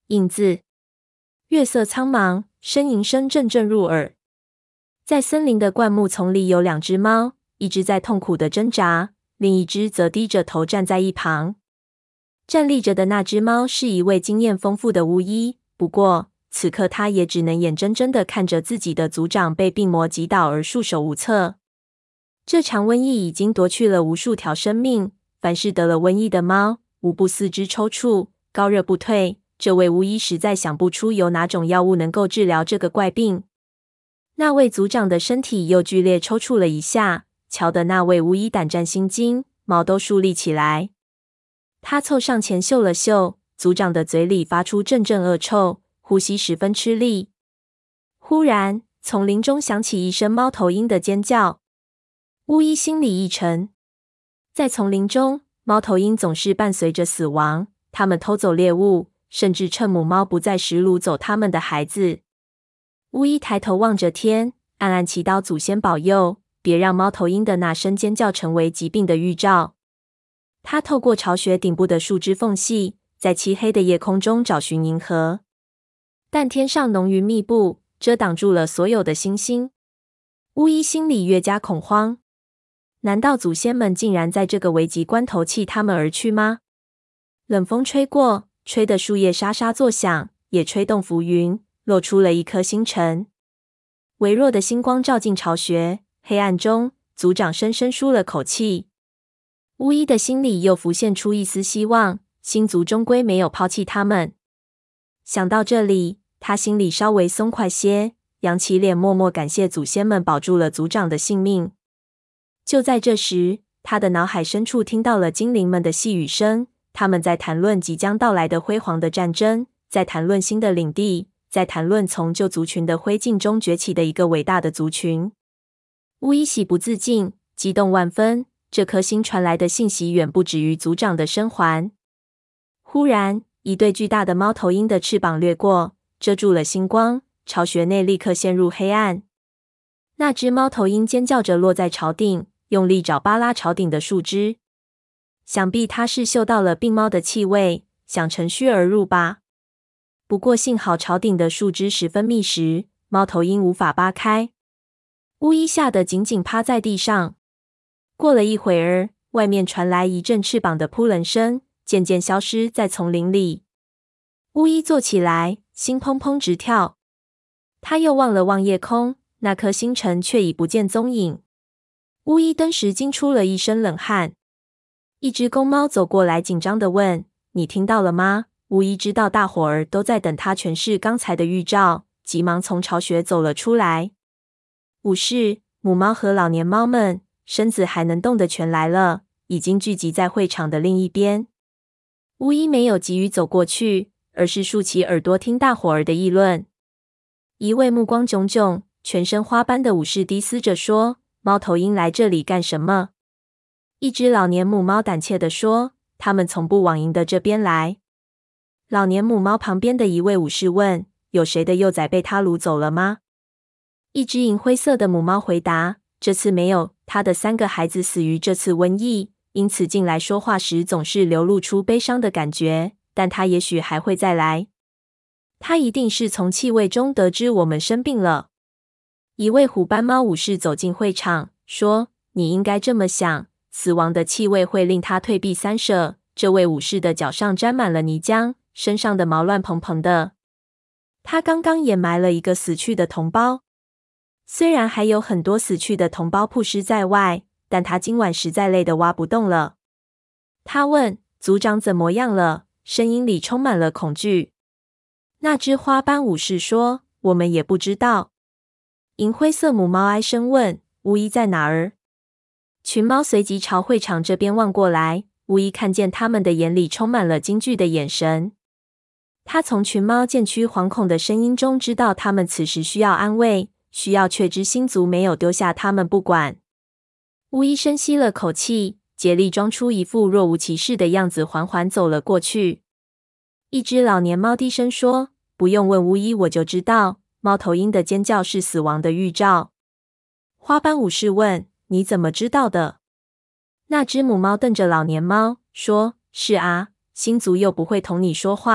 影子。月色苍茫，呻吟声阵阵入耳。在森林的灌木丛里有2只猫，一只在痛苦的挣扎，另一只则低着头站在一旁。站立着的那只猫是一位经验丰富的巫医，不过此刻他也只能眼睁睁地看着自己的族长被病魔击倒而束手无策。这场瘟疫已经夺去了无数条生命，凡是得了瘟疫的猫，无不四肢抽搐，高热不退。这位巫医实在想不出有哪种药物能够治疗这个怪病。那位族长的身体又剧烈抽搐了一下，瞧得那位巫医胆战心惊，毛都竖立起来。他凑上前嗅了嗅，族长的嘴里发出阵阵恶臭，呼吸十分吃力。忽然，丛林中响起一声猫头鹰的尖叫。巫医心里一沉，在丛林中，猫头鹰总是伴随着死亡，它们偷走猎物，甚至趁母猫不在时掳走它们的孩子。巫医抬头望着天，暗暗祈祷祖先保佑，别让猫头鹰的那声尖叫成为疾病的预兆。他透过巢穴顶部的树枝缝隙，在漆黑的夜空中找寻银河，但天上浓云密布，遮挡住了所有的星星。巫医心里越加恐慌，难道祖先们竟然在这个危急关头弃他们而去吗？冷风吹过，吹得树叶沙沙作响，也吹动浮云，露出了一颗星辰。微弱的星光照进巢穴，黑暗中，族长深深舒了口气。巫医的心里又浮现出一丝希望，星族终归没有抛弃他们。想到这里，他心里稍微松快些，扬起脸默默感谢祖先们保住了族长的性命。就在这时，他的脑海深处听到了精灵们的细语声，他们在谈论即将到来的辉煌的战争，在谈论新的领地，在谈论从旧族群的灰烬中崛起的一个伟大的族群。巫医喜不自禁，激动万分，这颗星传来的信息远不止于族长的生还。忽然，一对巨大的猫头鹰的翅膀掠过，遮住了星光，巢穴内立刻陷入黑暗。那只猫头鹰尖叫着落在巢顶，用力爪扒拉巢顶的树枝。想必它是嗅到了病猫的气味，想乘虚而入吧。不过幸好巢顶的树枝十分密实，猫头鹰无法扒开。巫医吓得紧紧趴在地上。过了一会儿，外面传来一阵翅膀的扑棱声，渐渐消失在丛林里。巫医坐起来，心砰砰直跳。他又望了望夜空，那颗星辰却已不见踪影。巫医登时惊出了一身冷汗。一只公猫走过来，紧张地问：“你听到了吗？”巫医知道大伙儿都在等他诠释刚才的预兆，急忙从巢穴走了出来。武士、母猫和老年猫们，身子还能动的全来了，已经聚集在会场的另一边。巫医没有急于走过去，而是竖起耳朵听大伙儿的议论。一位目光炯炯、全身花斑的武士低嘶着说：“猫头鹰来这里干什么？”一只老年母猫胆怯地说：“他们从不往营的这边来。”老年母猫旁边的一位武士问：“有谁的幼崽被他掳走了吗？”一只银灰色的母猫回答：“这次没有，他的3个孩子死于这次瘟疫，因此进来说话时总是流露出悲伤的感觉，但他也许还会再来。他一定是从气味中得知我们生病了。”一位虎斑猫武士走进会场，说：“你应该这么想，死亡的气味会令他退避三舍。”这位武士的脚上沾满了泥浆，身上的毛乱蓬蓬的。他刚刚掩埋了一个死去的同胞。虽然还有很多死去的同胞曝尸在外，但他今晚实在累得挖不动了。他问：“族长怎么样了？”声音里充满了恐惧。那只花斑武士说：“我们也不知道。”银灰色母猫哀声问：“巫医在哪儿？”群猫随即朝会场这边望过来，巫医看见他们的眼里充满了惊惧的眼神。他从群猫渐趋惶恐的声音中知道他们此时需要安慰，需要确知星族没有丢下他们不管。巫医深吸了口气，竭力装出一副若无其事的样子，缓缓走了过去。一只老年猫低声说：“不用问巫医，我就知道，猫头鹰的尖叫是死亡的预兆。”花斑武士问：“你怎么知道的？”那只母猫瞪着老年猫说：“是啊，星族又不会同你说话，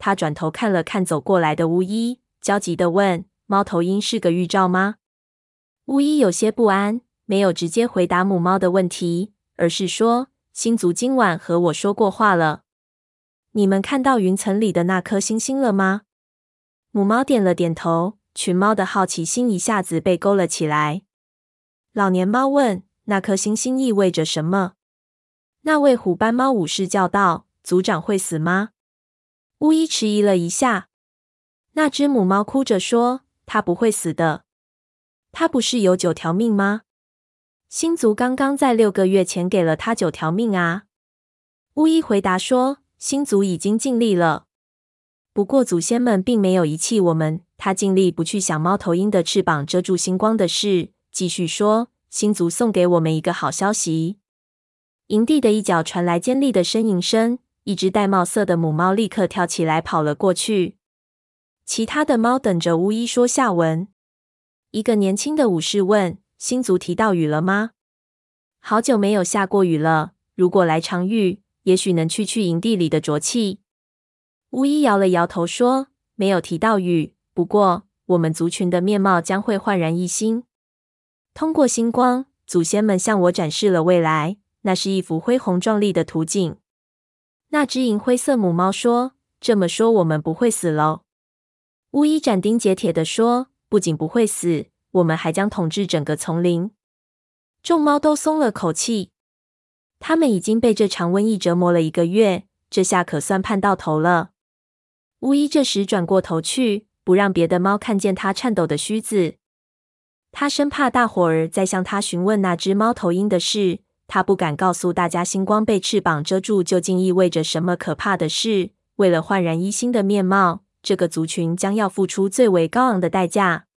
他转头看了看走过来的巫医，焦急地问：“猫头鹰是个预兆吗？”巫医有些不安，没有直接回答母猫的问题，而是说：“星族今晚和我说过话了。你们看到云层里的那颗星星了吗？”母猫点了点头，群猫的好奇心一下子被勾了起来。老年猫问：“那颗星星意味着什么？”那位虎斑猫武士叫道：“族长会死吗？”巫医迟疑了一下。那只母猫哭着说：“他不会死的。他不是有9条命吗？星族刚刚在6个月前给了他9条命啊。”巫医回答说：“星族已经尽力了。不过祖先们并没有遗弃我们。”他尽力不去想猫头鹰的翅膀遮住星光的事，继续说：“星族送给我们一个好消息。”营地的一角传来尖利的呻吟声，一只玳瑁色的母猫立刻跳起来跑了过去。其他的猫等着巫医说下文。一个年轻的武士问：“星族提到雨了吗？”“好久没有下过雨了，如果来场雨，也许能去营地里的浊气。”巫医摇了摇头说：“没有提到雨，不过我们族群的面貌将会焕然一新。通过星光，祖先们向我展示了未来，那是一幅恢宏壮丽的图景。”那只银灰色母猫说：“这么说我们不会死喽？”巫医斩钉截铁地说：“不仅不会死，我们还将统治整个丛林。”众猫都松了口气，它们已经被这场瘟疫折磨了1个月，这下可算盼到头了。巫医这时转过头去，不让别的猫看见他颤抖的须子。他生怕大伙儿再向他询问那只猫头鹰的事，他不敢告诉大家星光被翅膀遮住究竟意味着什么可怕的事。为了焕然一新的面貌，这个族群将要付出最为高昂的代价。